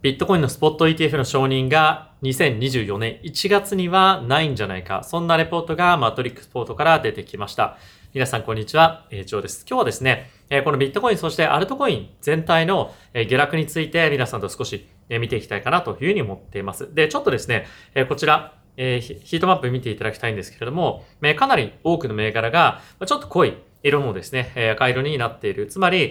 ビットコインのスポット ETF の承認が2024年1月にはないんじゃないか。そんなレポートがマトリックスポートから出てきました。皆さんこんにちは。ジョーです。今日はですね、このビットコインそしてアルトコイン全体の下落について皆さんと少し見ていきたいかなというふうに思っています。で、ちょっとですね、こちら、ヒートマップ見ていただきたいんですけれども、かなり多くの銘柄がちょっと濃い色のですね、赤色になっている。つまり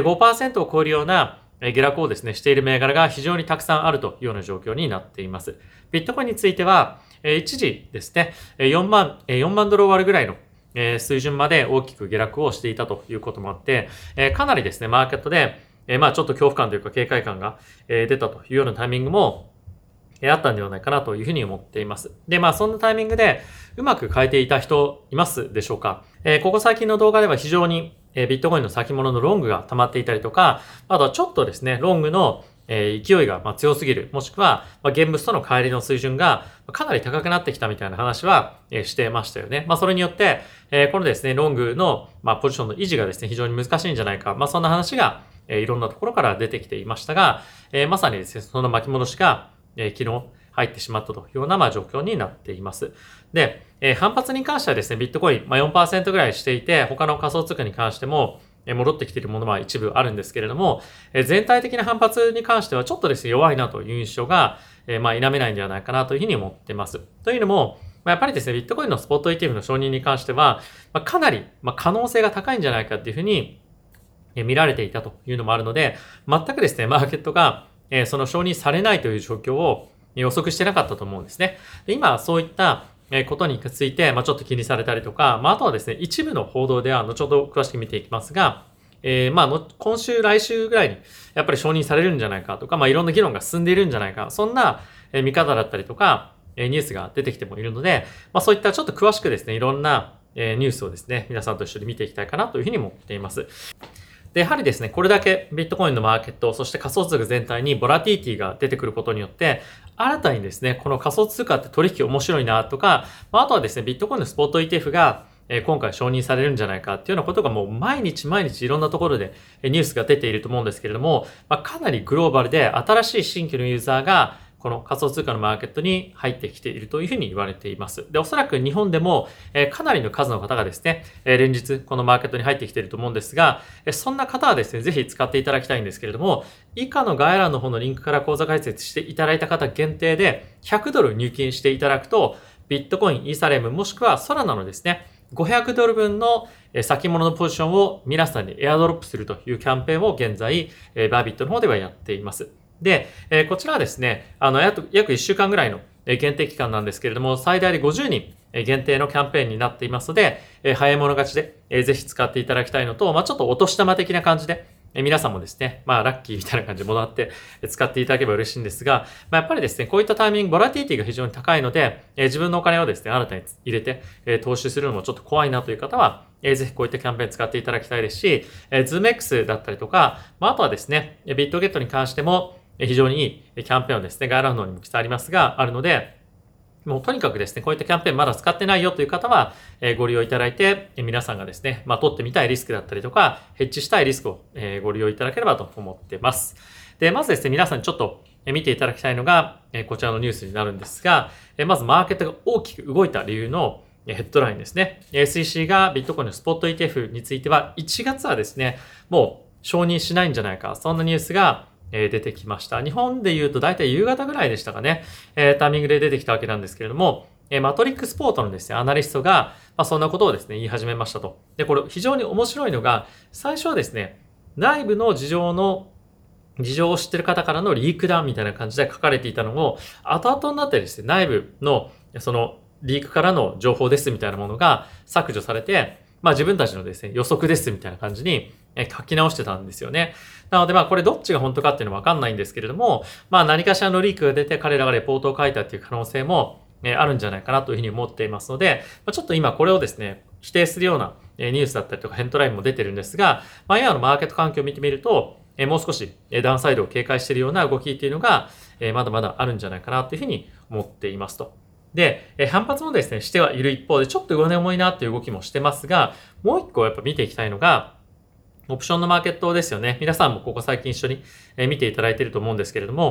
5% を超えるような下落をですね、している銘柄が非常にたくさんあるというような状況になっています。ビットコインについては、一時ですね、4万ドルを割るぐらいの水準まで大きく下落をしていたということもあって、かなりですね、マーケットで、ちょっと恐怖感というか警戒感が出たというようなタイミングもあったんではないかなというふうに思っています。で、そんなタイミングでうまく変えていた人いますでしょうか？ここ最近の動画では非常にビットコインの先物のロングが溜まっていたりとか、あとはちょっとですね、ロングの勢いが強すぎる、もしくは現物との乖離の水準がかなり高くなってきたみたいな話はしてましたよね。それによって、このですね、ロングのポジションの維持がですね、非常に難しいんじゃないか。そんな話がいろんなところから出てきていましたが、まさにですね、その巻き戻しが昨日入ってしまったというような状況になっています。で、反発に関してはですね、ビットコイン 4% ぐらいしていて、他の仮想通貨に関しても戻ってきているものは一部あるんですけれども、全体的な反発に関してはちょっとですね、弱いなという印象が、否めないんではないかなというふうに思っています。というのも、やっぱりですね、ビットコインのスポット ETF の承認に関しては、かなり可能性が高いんじゃないかっていうふうに見られていたというのもあるので、全くですね、マーケットがその承認されないという状況を予測してなかったと思うんですね。で、今、そういったことについて、ちょっと気にされたりとか、あとはですね、一部の報道では、後ほど詳しく見ていきますが、今週、来週ぐらいに、やっぱり承認されるんじゃないかとか、いろんな議論が進んでいるんじゃないか、そんな見方だったりとか、ニュースが出てきてもいるので、そういったちょっと詳しくですね、いろんなニュースをですね、皆さんと一緒に見ていきたいかなというふうに思っています。で、やはりですね、これだけビットコインのマーケット、そして仮想通貨全体にボラティティが出てくることによって、新たにですね、この仮想通貨って取引面白いなとか、あとはですね、ビットコインのスポット ETF が今回承認されるんじゃないかっていうようなことがもう毎日いろんなところでニュースが出ていると思うんですけれども、かなりグローバルで新しい新規のユーザーがこの仮想通貨のマーケットに入ってきているというふうに言われています。で、おそらく日本でもかなりの数の方がですね、連日このマーケットに入ってきていると思うんですが、そんな方はですね、ぜひ使っていただきたいんですけれども、以下の概要欄の方のリンクから口座開設していただいた方限定で100ドル入金していただくと、ビットコイン、イーサレムもしくはソラナのですね、500ドル分の先物のポジションを皆さんにエアドロップするというキャンペーンを現在、バービットの方ではやっています。で、こちらはですね、約1週間ぐらいの限定期間なんですけれども、最大で50人限定のキャンペーンになっていますので、早い者勝ちでぜひ使っていただきたいのと、ちょっとお年玉的な感じで、皆さんもですね、ラッキーみたいな感じで戻って使っていただければ嬉しいんですが、やっぱりですね、こういったタイミング、ボラティティが非常に高いので、自分のお金をですね、新たに入れて投資するのもちょっと怖いなという方は、ぜひこういったキャンペーン使っていただきたいですし、ZoomX だったりとか、あとはですね、ビットゲットに関しても、非常にいいキャンペーンをですね、概要欄の方にも記載ありますが、あるので、もうとにかくですね、こういったキャンペーンまだ使ってないよという方は、ご利用いただいて、皆さんがですね、取ってみたいリスクだったりとか、ヘッジしたいリスクを、ご利用いただければと思っています。で、まずですね、皆さんにちょっと見ていただきたいのが、こちらのニュースになるんですが、まずマーケットが大きく動いた理由のヘッドラインですね。SEC がビットコインのスポット ETF については、1月はですね、もう承認しないんじゃないか、そんなニュースが出てきました。日本で言うと大体夕方ぐらいでしたかね、タイミングで出てきたわけなんですけれども、マトリックスポートのですね、アナリストが、そんなことをですね、言い始めましたと。で、これ非常に面白いのが、最初はですね、内部の事情を知ってる方からのリークだみたいな感じで書かれていたのを、後々になってですね、内部のそのリークからの情報ですみたいなものが削除されて、自分たちのですね、予測ですみたいな感じに書き直してたんですよね。なのでこれどっちが本当かっていうのはわかんないんですけれども、何かしらのリークが出て彼らがレポートを書いたっていう可能性もあるんじゃないかなというふうに思っていますので、ちょっと今これをですね、否定するようなニュースだったりとかヘッドラインも出てるんですが、今のマーケット環境を見てみると、もう少しダウンサイドを警戒しているような動きっていうのがまだまだあるんじゃないかなというふうに思っていますと。で、反発もですね、してはいる一方で、ちょっと上値重いなっていう動きもしてますが、もう一個やっぱ見ていきたいのが、オプションのマーケットですよね。皆さんもここ最近一緒に見ていただいていると思うんですけれども、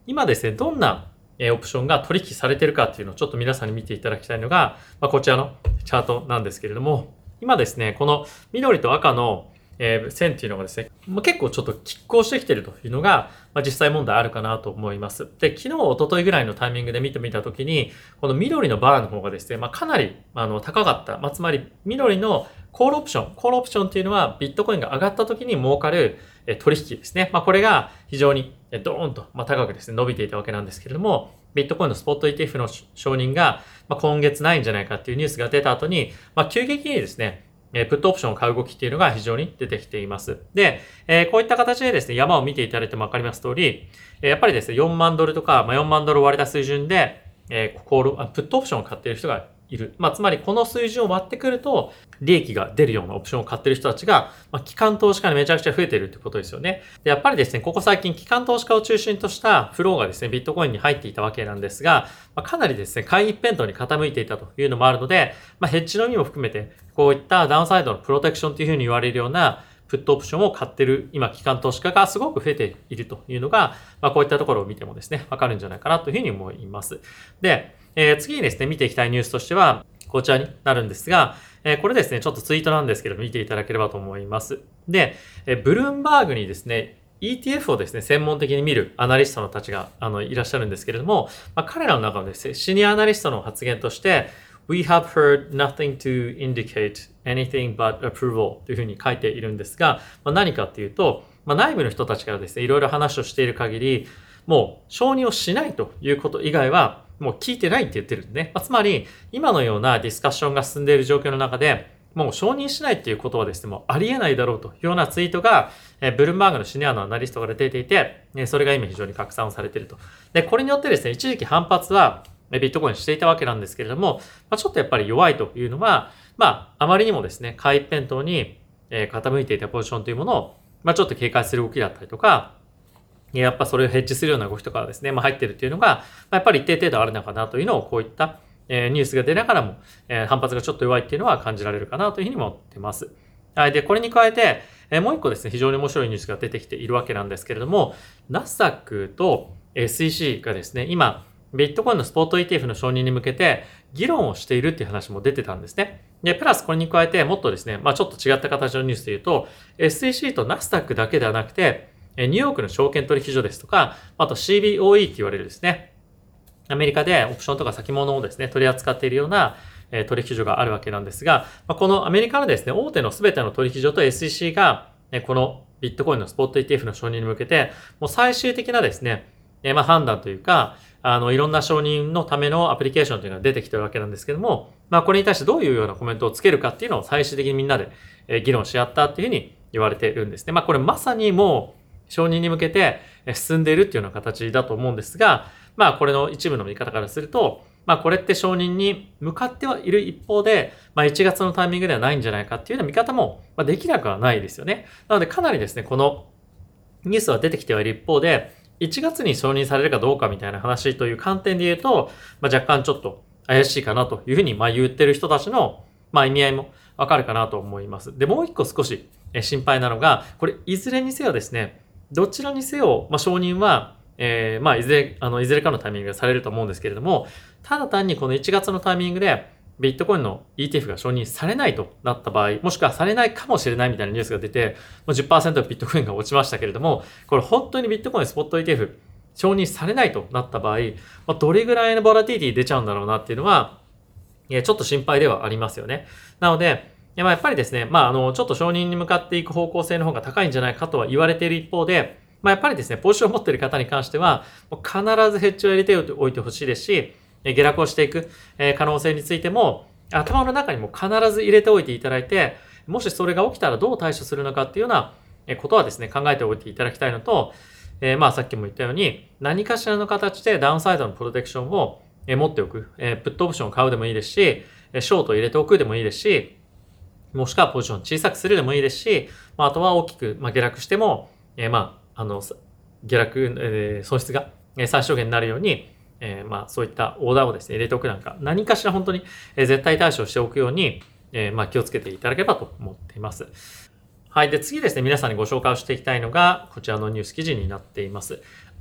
今ですね、どんなオプションが取引されているかっていうのをちょっと皆さんに見ていただきたいのが、こちらのチャートなんですけれども、今ですね、この緑と赤の線っていうのがですね、結構ちょっと拮抗してきているというのが、実際問題あるかなと思います。で、昨日、一昨日ぐらいのタイミングで見てみたときに、この緑のバーの方がですね、かなり高かった。つまり緑のコールオプションっていうのはビットコインが上がった時に儲かる取引ですね。これが非常にドーンと高くですね、伸びていたわけなんですけれども、ビットコインのスポット ETF の承認が今月ないんじゃないかっていうニュースが出た後に、急激にですね、プットオプションを買う動きっていうのが非常に出てきています。で、こういった形でですね、山を見ていただいてもわかります通り、やっぱりですね、4万ドルとか、4万ドル割れた水準で、プットオプションを買っている人がいる。つまりこの水準を割ってくると、利益が出るようなオプションを買っている人たちが、機関投資家にめちゃくちゃ増えているってことですよね。で、やっぱりですね、ここ最近機関投資家を中心としたフローがですね、ビットコインに入っていたわけなんですが、かなりですね、買い一辺倒に傾いていたというのもあるので、ヘッジの意味も含めて、こういったダウンサイドのプロテクションというふうに言われるような、プットオプションを買っている、今、機関投資家がすごく増えているというのが、こういったところを見てもですね、わかるんじゃないかなというふうに思います。で、次にですね、見ていきたいニュースとしては、こちらになるんですが、これですね、ちょっとツイートなんですけど、見ていただければと思います。で、ブルームバーグにですね、ETF をですね、専門的に見るアナリストのたちがいらっしゃるんですけれども、彼らの中のですね、シニアアナリストの発言として、We have heard nothing to indicate anything but approval というふうに書いているんですが、何かっていうと、内部の人たちからですね、いろいろ話をしている限り、もう承認をしないということ以外は、もう聞いてないって言ってるんですね。つまり、今のようなディスカッションが進んでいる状況の中で、もう承認しないっていうことはですね、もうありえないだろうというようなツイートが、ブルームバーグのシニアのアナリストから出ていて、それが今非常に拡散をされていると。で、これによってですね、一時期反発は、ビットコインしていたわけなんですけれども、ちょっとやっぱり弱いというのは、あまりにもですね、買い一辺倒に傾いていたポジションというものを、ちょっと警戒する動きだったりとか、やっぱそれをヘッジするような動きとかですね、入っているというのが、やっぱり一定程度あるのかなというのを、こういったニュースが出ながらも、反発がちょっと弱いっていうのは感じられるかなというふうに思っています。はい。で、これに加えて、もう一個ですね、非常に面白いニュースが出てきているわけなんですけれども、ナスダックと SEC がですね、今、ビットコインのスポット ETF の承認に向けて議論をしているっていう話も出てたんですね。で、プラスこれに加えてもっとですね、ちょっと違った形のニュースで言うと、SEC とナスダックだけではなくて、ニューヨークの証券取引所ですとか、あと CBOE って言われるですね、アメリカでオプションとか先物をですね、取り扱っているような取引所があるわけなんですが、このアメリカのですね、大手のすべての取引所と SEC が、このビットコインのスポット ETF の承認に向けて、もう最終的なですね、判断というか、いろんな承認のためのアプリケーションというのが出てきてるわけなんですけども、これに対してどういうようなコメントをつけるかっていうのを最終的にみんなで議論し合ったっていうふうに言われているんですね。これまさにもう承認に向けて進んでいるっていうような形だと思うんですが、これの一部の見方からすると、これって承認に向かってはいる一方で、1月のタイミングではないんじゃないかっていうような見方もできなくはないですよね。なのでかなりですね、このニュースは出てきてはいる一方で、1月に承認されるかどうかみたいな話という観点で言うと、若干ちょっと怪しいかなというふうに言ってる人たちの意味合いもわかるかなと思います。で、もう一個少し心配なのが、これいずれにせよですね、どちらにせよ、承認は、いずれかのタイミングでされると思うんですけれども、ただ単にこの1月のタイミングで、ビットコインの ETF が承認されないとなった場合、もしくはされないかもしれないみたいなニュースが出て、10% ビットコインが落ちましたけれども、これ本当にビットコインスポット ETF 承認されないとなった場合、どれぐらいのボラティリティ出ちゃうんだろうなっていうのは、ちょっと心配ではありますよね。なので、やっぱりですね、ちょっと承認に向かっていく方向性の方が高いんじゃないかとは言われている一方で、やっぱりですね、ポジションを持っている方に関しては、必ずヘッジを入れておいてほしいですし、下落をしていく可能性についても、頭の中にも必ず入れておいていただいて、もしそれが起きたらどう対処するのかっていうようなことはですね、考えておいていただきたいのと、さっきも言ったように、何かしらの形でダウンサイドのプロテクションを持っておく。プットオプションを買うでもいいですし、ショートを入れておくでもいいですし、もしくはポジションを小さくするでもいいですし、あとは大きく下落しても、下落、損失が最小限になるように、そういったオーダーをですね、入れておくなんか、何かしら本当に絶対対処しておくように、気をつけていただければと思っています。はい。で、次ですね、皆さんにご紹介をしていきたいのが、こちらのニュース記事になっています。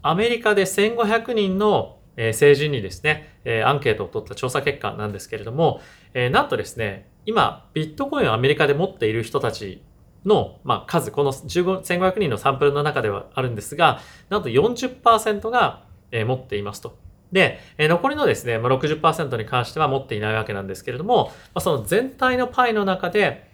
アメリカで1500人の成人にですね、アンケートを取った調査結果なんですけれども、なんとですね、今、ビットコインをアメリカで持っている人たちの、数、この1500人のサンプルの中ではあるんですが、なんと 40% が持っていますと。で、残りのですね、60% に関しては持っていないわけなんですけれども、その全体のパイの中で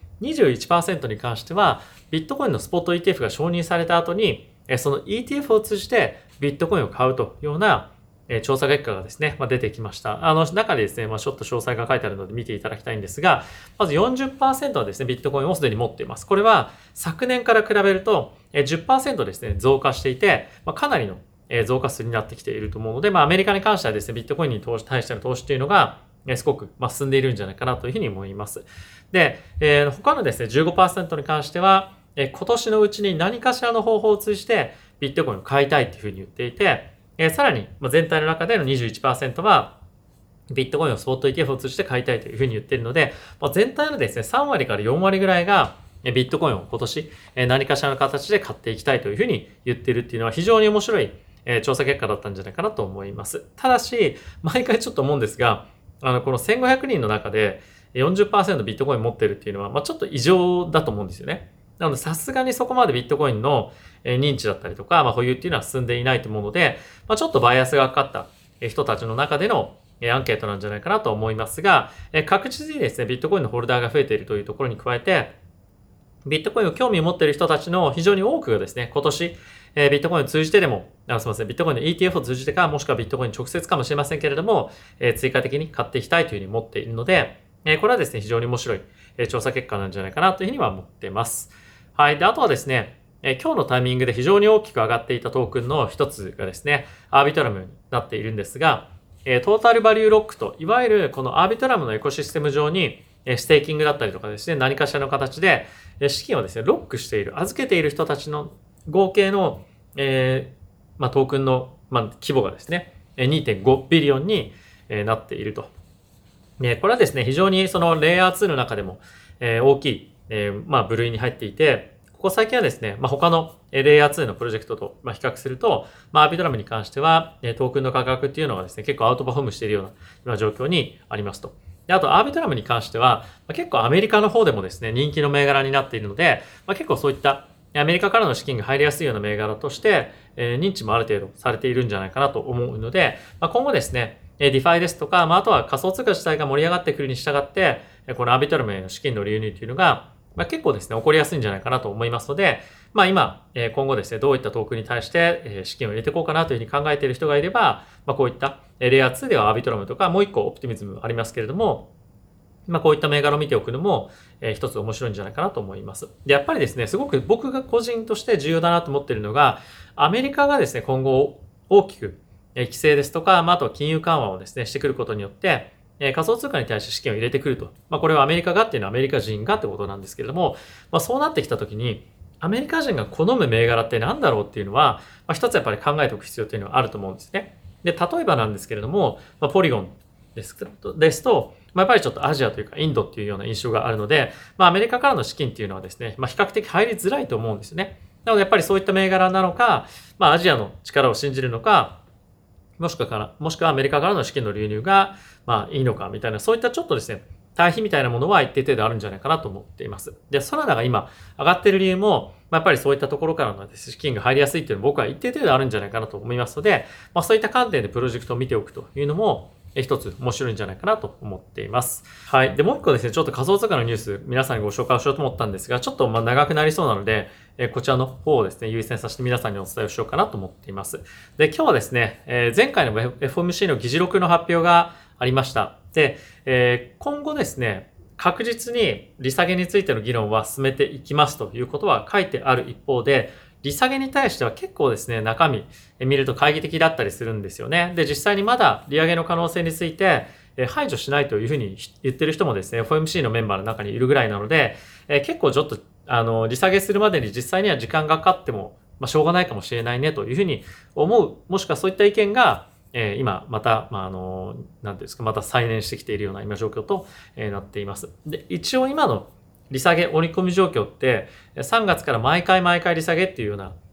21% に関しては、ビットコインのスポット ETF が承認された後に、その ETF を通じてビットコインを買うというような調査結果がですね、出てきました。中でですね、ちょっと詳細が書いてあるので見ていただきたいんですが、まず 40% はですね、ビットコインをすでに持っています。これは昨年から比べると 10% ですね、増加していて、かなりの増加数になってきていると思うので、アメリカに関してはですね、ビットコインに対しての投資というのが、すごく進んでいるんじゃないかなというふうに思います。で、他のですね、15% に関しては、今年のうちに何かしらの方法を通じてビットコインを買いたいというふうに言っていて、さらに全体の中での 21% はビットコインをスポット ETF を通じて買いたいというふうに言っているので、全体のですね、3割から4割ぐらいがビットコインを今年何かしらの形で買っていきたいというふうに言っているっていうのは非常に面白い調査結果だったんじゃないかなと思います。ただし、毎回ちょっと思うんですが、この1500人の中で 40% ビットコイン持ってるっていうのは、ちょっと異常だと思うんですよね。なので、さすがにそこまでビットコインの認知だったりとか、保有っていうのは進んでいないと思うので、ちょっとバイアスがかかった人たちの中でのアンケートなんじゃないかなと思いますが、確実にですね、ビットコインのホルダーが増えているというところに加えて、ビットコインを興味を持っている人たちの非常に多くがですね、今年、ビットコインを通じてでも、ビットコインの ETF を通じてか、もしくはビットコイン直接かもしれませんけれども、追加的に買っていきたいというふうに思っているので、これはですね、非常に面白い調査結果なんじゃないかなというふうには思っています。はい。で、あとはですね、今日のタイミングで非常に大きく上がっていたトークンの一つがですね、アービトラムになっているんですが、トータルバリューロックと、いわゆるこのアービトラムのエコシステム上に、ステーキングだったりとかですね、何かしらの形で資金をですね、ロックしている、預けている人たちの合計の、トークンの、規模がですね、2.5 ビリオンになっていると。これはですね、非常にそのレイヤー2の中でも大きい、部類に入っていて、ここ最近はですね、他のレイヤー2のプロジェクトと比較すると、アービトラムに関しては、トークンの価格っていうのがですね、結構アウトパフォームしているような今状況にありますと。で、あと、アービトラムに関しては、結構アメリカの方でもですね、人気の銘柄になっているので、結構そういったアメリカからの資金が入りやすいような銘柄として、認知もある程度されているんじゃないかなと思うので、今後ですね、ディファイですとか、あとは仮想通貨自体が盛り上がってくるに従って、このアービトラムへの資金の流入というのが、結構ですね、起こりやすいんじゃないかなと思いますので、今、今後ですね、どういったトークンに対して資金を入れていこうかなというふうに考えている人がいれば、こういったレイヤー2ではアービトラムとか、もう一個オプティミズムありますけれども、こういった銘柄を見ておくのも、一つ面白いんじゃないかなと思います。で、やっぱりですね、すごく僕が個人として重要だなと思っているのが、アメリカがですね、今後大きく規制ですとか、あとは金融緩和をですね、してくることによって、仮想通貨に対して資金を入れてくると。これはアメリカがっていうのはアメリカ人がってことなんですけれども、そうなってきたときに、アメリカ人が好む銘柄って何だろうっていうのは、一つやっぱり考えておく必要っていうのはあると思うんですね。で、例えばなんですけれども、ポリゴンですと、やっぱりちょっとアジアというかインドっていうような印象があるので、アメリカからの資金っていうのはですね、比較的入りづらいと思うんですよね。なのでやっぱりそういった銘柄なのか、アジアの力を信じるのか、もしくはアメリカからの資金の流入が、いいのかみたいな、そういったちょっとですね、対比みたいなものは一定程度あるんじゃないかなと思っています。で、ソラナが今上がっている理由も、やっぱりそういったところからの資金が入りやすいっていうのは僕は一定程度あるんじゃないかなと思いますので、そういった観点でプロジェクトを見ておくというのも、一つ面白いんじゃないかなと思っています。はい。で、もう一個ですね、ちょっと仮想通貨のニュース、皆さんにご紹介をしようと思ったんですが、ちょっと長くなりそうなので、こちらの方をですね、優先させて皆さんにお伝えをしようかなと思っています。で、今日はですね、前回の FOMC の議事録の発表がありました。で、今後ですね、確実に利下げについての議論は進めていきますということは書いてある一方で、利下げに対しては結構ですね、中身見ると懐疑的だったりするんですよね。で、実際にまだ利上げの可能性について排除しないというふうに言ってる人もですね、FOMC のメンバーの中にいるぐらいなので、結構ちょっと利下げするまでに実際には時間がかかっても、しょうがないかもしれないねというふうに思う、もしくはそういった意見が今また、なんていうんですか、また再燃してきているような今状況となっています。で、一応今の利下げ織り込み状況って3月から毎回利下げっていうような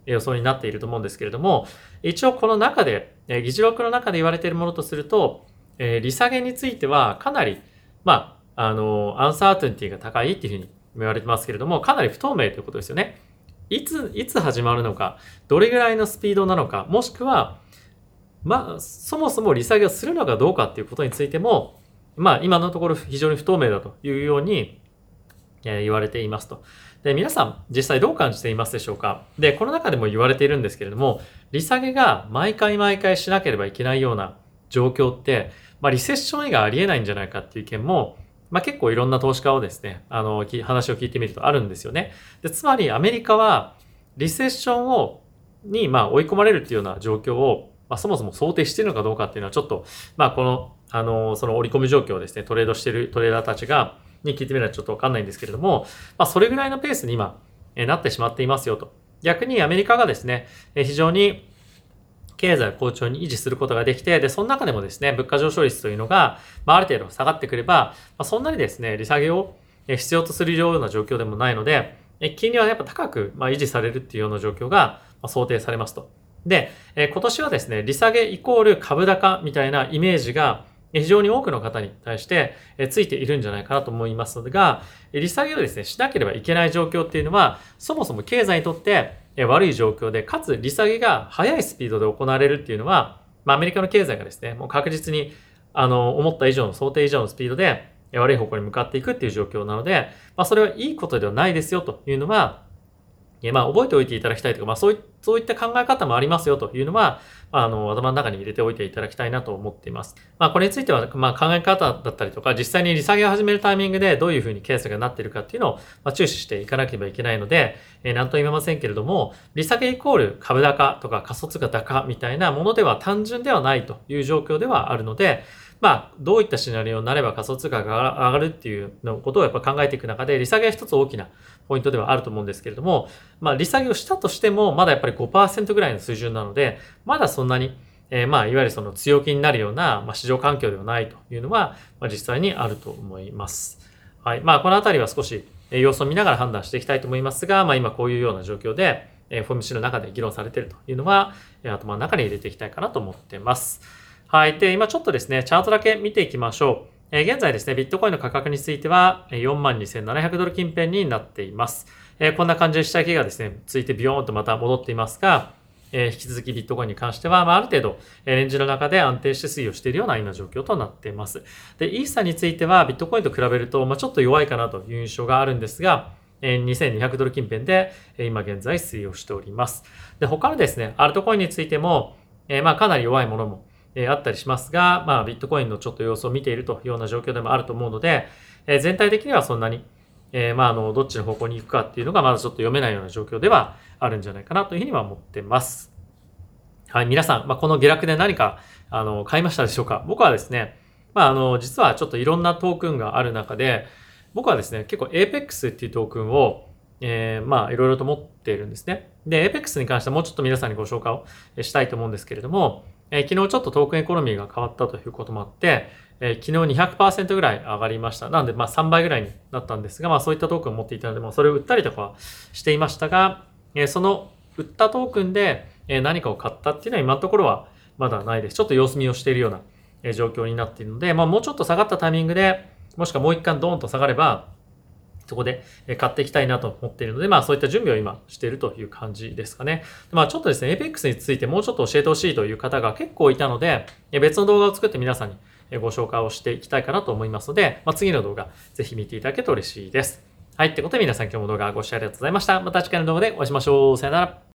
予想になっていると思うんですけれども、一応この中で、議事録の中で言われているものとすると、利下げについてはかなり、アンサーティニティが高いっていうふうに言われてますけれども、かなり不透明ということですよね。いつ始まるのか、どれぐらいのスピードなのか、もしくは、そもそも利下げをするのかどうかっていうことについても、今のところ非常に不透明だというように言われていますと。で、皆さん実際どう感じていますでしょうか。で、この中でも言われているんですけれども、利下げが毎回しなければいけないような状況って、リセッション以外ありえないんじゃないかっていう意見も、結構いろんな投資家をですね、話を聞いてみるとあるんですよね。で、つまりアメリカはリセッションに追い込まれるっていうような状況を、そもそも想定しているのかどうかっていうのはちょっと、この、その織り込み状況をですね、トレードしているトレーダーたちに聞いてみるのはちょっとわかんないんですけれども、それぐらいのペースに今、なってしまっていますよと。逆にアメリカがですね、非常に経済を好調に維持することができて、で、その中でもですね、物価上昇率というのが、ある程度下がってくれば、そんなにですね、利下げを必要とするような状況でもないので、金利はやっぱ高く維持されるっていうような状況が想定されますと。で、今年はですね、利下げイコール株高みたいなイメージが非常に多くの方に対してついているんじゃないかなと思いますが、利下げをですね、しなければいけない状況っていうのは、そもそも経済にとって悪い状況で、かつ利下げが速いスピードで行われるっていうのは、アメリカの経済がですね、もう確実に思った以上の想定以上のスピードで悪い方向に向かっていくっていう状況なので、それはいいことではないですよというのは、覚えておいていただきたいというか、そういった考え方もありますよというのは、頭の中に入れておいていただきたいなと思っています。これについては、考え方だったりとか、実際に利下げを始めるタイミングでどういうふうにケースがなっているかっていうのを、注視していかなければいけないので、なんとも言えませんけれども、利下げイコール株高とか仮想通貨高みたいなものでは単純ではないという状況ではあるので、どういったシナリオになれば仮想通貨が上がるっていうのことをやっぱ考えていく中で、利下げは一つ大きなポイントではあると思うんですけれども、利下げをしたとしても、まだやっぱり 5% ぐらいの水準なので、まだそんなに、いわゆるその強気になるような、市場環境ではないというのは、実際にあると思います。はい。このあたりは少し様子を見ながら判断していきたいと思いますが、今こういうような状況で、FOMC の中で議論されているというのは、頭の中に入れていきたいかなと思っています。はい。で、今ちょっとですね、チャートだけ見ていきましょう。現在ですね、ビットコインの価格については、42,700 ドル近辺になっています。こんな感じで下着がですね、ついてビヨーンとまた戻っていますが、引き続きビットコインに関しては、ある程度、レンジの中で安定して推移をしているような今状況となっています。で、イーサについては、ビットコインと比べると、ちょっと弱いかなという印象があるんですが、2200 ドル近辺で、今現在推移をしております。で、他のですね、アルトコインについても、かなり弱いものも、あったりしますが、ビットコインのちょっと様子を見ているというような状況でもあると思うので、全体的にはそんなに、どっちの方向に行くかっていうのがまだちょっと読めないような状況ではあるんじゃないかなというふうには思ってます。はい、皆さん、この下落で何か、買いましたでしょうか？僕はですね、実はちょっといろんなトークンがある中で、僕はですね、結構 APEX っていうトークンを、いろいろと持っているんですね。で、APEX に関してはもうちょっと皆さんにご紹介をしたいと思うんですけれども、昨日ちょっとトークンエコノミーが変わったということもあって、昨日 200% ぐらい上がりました。なので、3倍ぐらいになったんですが、そういったトークンを持っていたので、それを売ったりとかはしていましたが、その売ったトークンで何かを買ったっていうのは今のところはまだないです。ちょっと様子見をしているような状況になっているので、もうちょっと下がったタイミングで、もしくはもう一回ドーンと下がれば、そこで買っていきたいなと思っているので、そういった準備を今しているという感じですかね。ちょっとですね、APEX についてもうちょっと教えてほしいという方が結構いたので、別の動画を作って皆さんにご紹介をしていきたいかなと思いますので、次の動画ぜひ見ていただけると嬉しいです。はい、ってことで皆さん今日も動画ご視聴ありがとうございました。また次回の動画でお会いしましょう。さよなら。